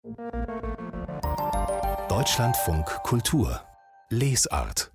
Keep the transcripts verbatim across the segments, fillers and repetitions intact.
Deutschlandfunk Kultur Lesart.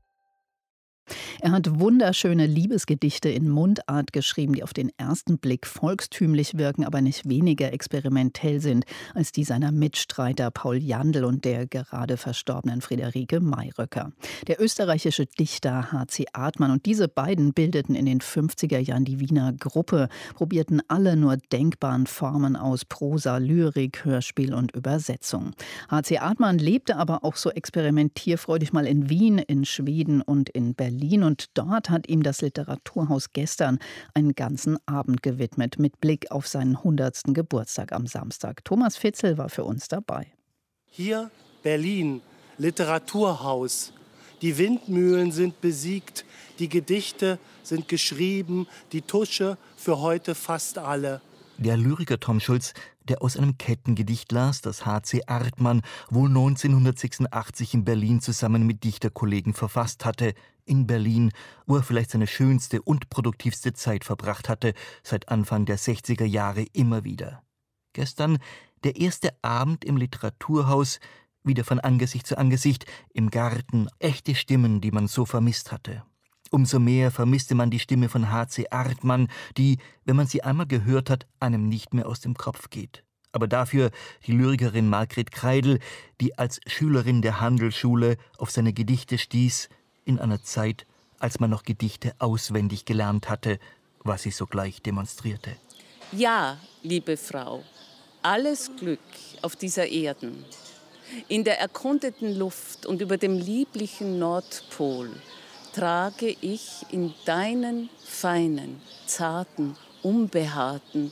Er hat wunderschöne Liebesgedichte in Mundart geschrieben, die auf den ersten Blick volkstümlich wirken, aber nicht weniger experimentell sind als die seiner Mitstreiter Paul Jandl und der gerade verstorbenen Friederike Mayröcker. Der österreichische Dichter H C Artmann und diese beiden bildeten in den fünfziger Jahren die Wiener Gruppe, probierten alle nur denkbaren Formen aus: Prosa, Lyrik, Hörspiel und Übersetzung. H C Artmann lebte aber auch so experimentierfreudig mal in Wien, in Schweden und in Berlin. Und dort hat ihm das Literaturhaus gestern einen ganzen Abend gewidmet, mit Blick auf seinen hundertsten Geburtstag am Samstag. Thomas Fitzel war für uns dabei. Hier Berlin, Literaturhaus. Die Windmühlen sind besiegt, die Gedichte sind geschrieben, die Tusche für heute fast alle. Der Lyriker Tom Schulz, der aus einem Kettengedicht las, das H C Artmann wohl neunzehnhundertsechsundachtzig in Berlin zusammen mit Dichterkollegen verfasst hatte. In Berlin, wo er vielleicht seine schönste und produktivste Zeit verbracht hatte, seit Anfang der sechziger Jahre immer wieder. Gestern der erste Abend im Literaturhaus, wieder von Angesicht zu Angesicht, im Garten, echte Stimmen, die man so vermisst hatte. Umso mehr vermisste man die Stimme von H C Artmann, die, wenn man sie einmal gehört hat, einem nicht mehr aus dem Kopf geht. Aber dafür die Lyrikerin Margret Kreidl, die als Schülerin der Handelsschule auf seine Gedichte stieß, in einer Zeit, als man noch Gedichte auswendig gelernt hatte, was sie sogleich demonstrierte. Ja, liebe Frau, alles Glück auf dieser Erden, in der erkundeten Luft und über dem lieblichen Nordpol, trage ich in deinen feinen, zarten, unbehaarten,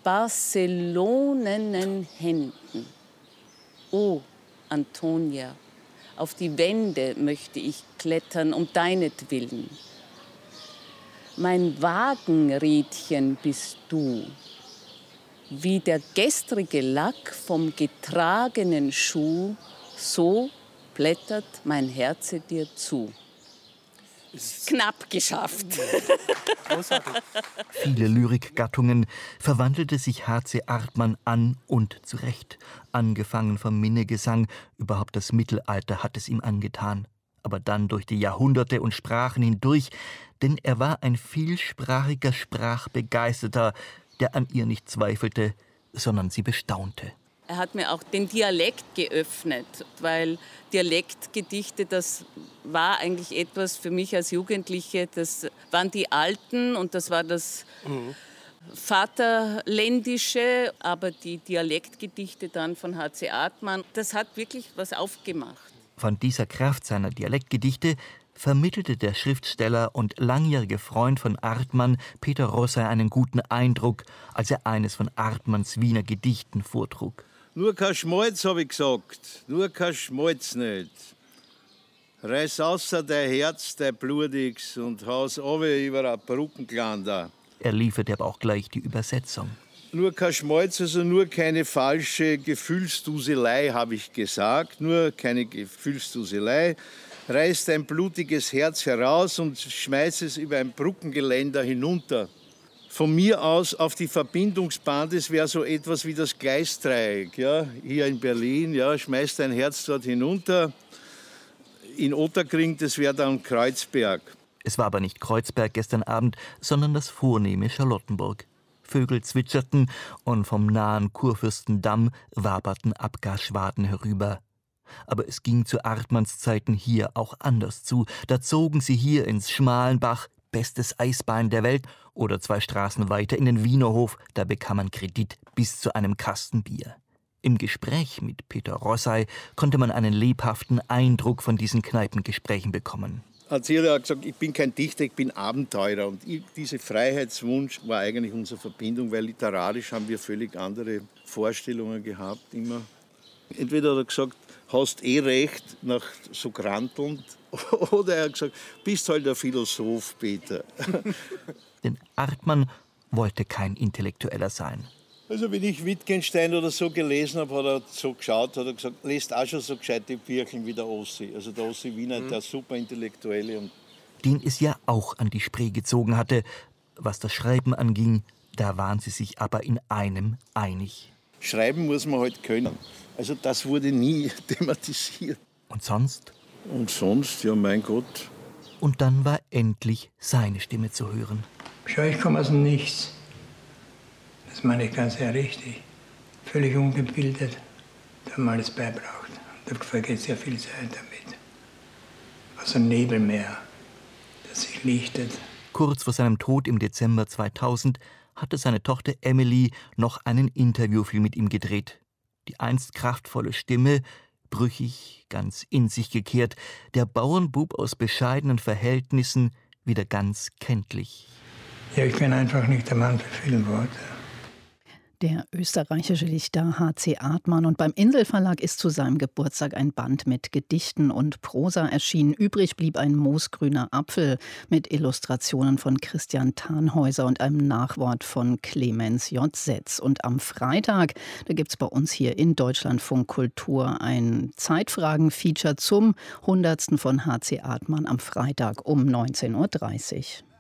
barcelonenen Händen. O, Antonia, auf die Wände möchte ich klettern um deinetwillen. Mein Wagenrädchen bist du, wie der gestrige Lack vom getragenen Schuh, so blättert mein Herze dir zu. Knapp geschafft. Großartig. Viele Lyrikgattungen verwandelte sich H C Artmann an und zurecht. Angefangen vom Minnegesang, überhaupt das Mittelalter hat es ihm angetan. Aber dann durch die Jahrhunderte und Sprachen hindurch, denn er war ein vielsprachiger Sprachbegeisterter, der an ihr nicht zweifelte, sondern sie bestaunte. Er hat mir auch den Dialekt geöffnet, weil Dialektgedichte, das war eigentlich etwas für mich als Jugendliche, das waren die Alten und das war das mhm. Vaterländische, aber die Dialektgedichte dann von H C Artmann, das hat wirklich was aufgemacht. Von dieser Kraft seiner Dialektgedichte vermittelte der Schriftsteller und langjährige Freund von Artmann, Peter Rosser, einen guten Eindruck, als er eines von Artmanns Wiener Gedichten vortrug. Nur kein Schmalz, hab ich gesagt, nur kein Schmalz nicht. Reiß außer dein Herz, dein Blutiges, und haus runter über ein Brückenglander. Er lieferte aber auch gleich die Übersetzung. Nur kein Schmalz, also nur keine falsche Gefühlsduselei, habe ich gesagt. Nur keine Gefühlsduselei. Reiß dein blutiges Herz heraus und schmeiß es über ein Brückengeländer hinunter. Von mir aus auf die Verbindungsbahn, das wäre so etwas wie das Gleisdreieck, ja, hier in Berlin, ja, schmeiß dein Herz dort hinunter. In Otterkring, das wäre dann Kreuzberg. Es war aber nicht Kreuzberg gestern Abend, sondern das vornehme Charlottenburg. Vögel zwitscherten und vom nahen Kurfürstendamm waberten Abgasschwaden herüber. Aber es ging zu Artmanns Zeiten hier auch anders zu. Da zogen sie hier ins Schmalenbach, bestes Eisbein der Welt, oder zwei Straßen weiter in den Wienerhof, da bekam man Kredit bis zu einem Kasten Bier. Im Gespräch mit Peter Rossay konnte man einen lebhaften Eindruck von diesen Kneipengesprächen bekommen. Erzähler hat gesagt, ich bin kein Dichter, ich bin Abenteurer. Und ich, dieser Freiheitswunsch war eigentlich unsere Verbindung, weil literarisch haben wir völlig andere Vorstellungen gehabt immer. Entweder hat er gesagt, hast eh recht, nach so grantelnd, oder er hat gesagt, bist halt ein Philosoph, Peter. Denn Artmann wollte kein Intellektueller sein. Also wenn ich Wittgenstein oder so gelesen habe, hat er so geschaut, hat er gesagt, lest auch schon so gescheite Bücher wie der Ossi. Also der Ossi Wiener, mhm. der Superintellektuelle. Und den es ja auch an die Spree gezogen hatte. Was das Schreiben anging, da waren sie sich aber in einem einig. schreiben muss man halt können. Also das wurde nie thematisiert. Und sonst? Und sonst, ja mein Gott. Und dann war endlich seine Stimme zu hören. Schau, ich komme aus dem Nichts. Das meine ich ganz sehr richtig. Völlig ungebildet, da man alles beibraucht. Da vergeht sehr viel Zeit damit. Aus einem Nebelmeer, das sich lichtet. Kurz vor seinem Tod im Dezember zweitausend hatte seine Tochter Emily noch einen Interviewfilm mit ihm gedreht. Die einst kraftvolle Stimme, brüchig, ganz in sich gekehrt, der Bauernbub aus bescheidenen Verhältnissen, wieder ganz kenntlich. Ja, ich bin einfach nicht der Mann für viele Worte. Der österreichische Dichter H C Artmann, und beim Inselverlag ist zu seinem Geburtstag ein Band mit Gedichten und Prosa erschienen. Übrig blieb ein moosgrüner Apfel mit Illustrationen von Christian Thanhäuser und einem Nachwort von Clemens J. Setz. Und am Freitag, da gibt es bei uns hier in Deutschlandfunk Kultur ein Zeitfragen-Feature zum hundertsten von H C Artmann am Freitag um neunzehn Uhr dreißig.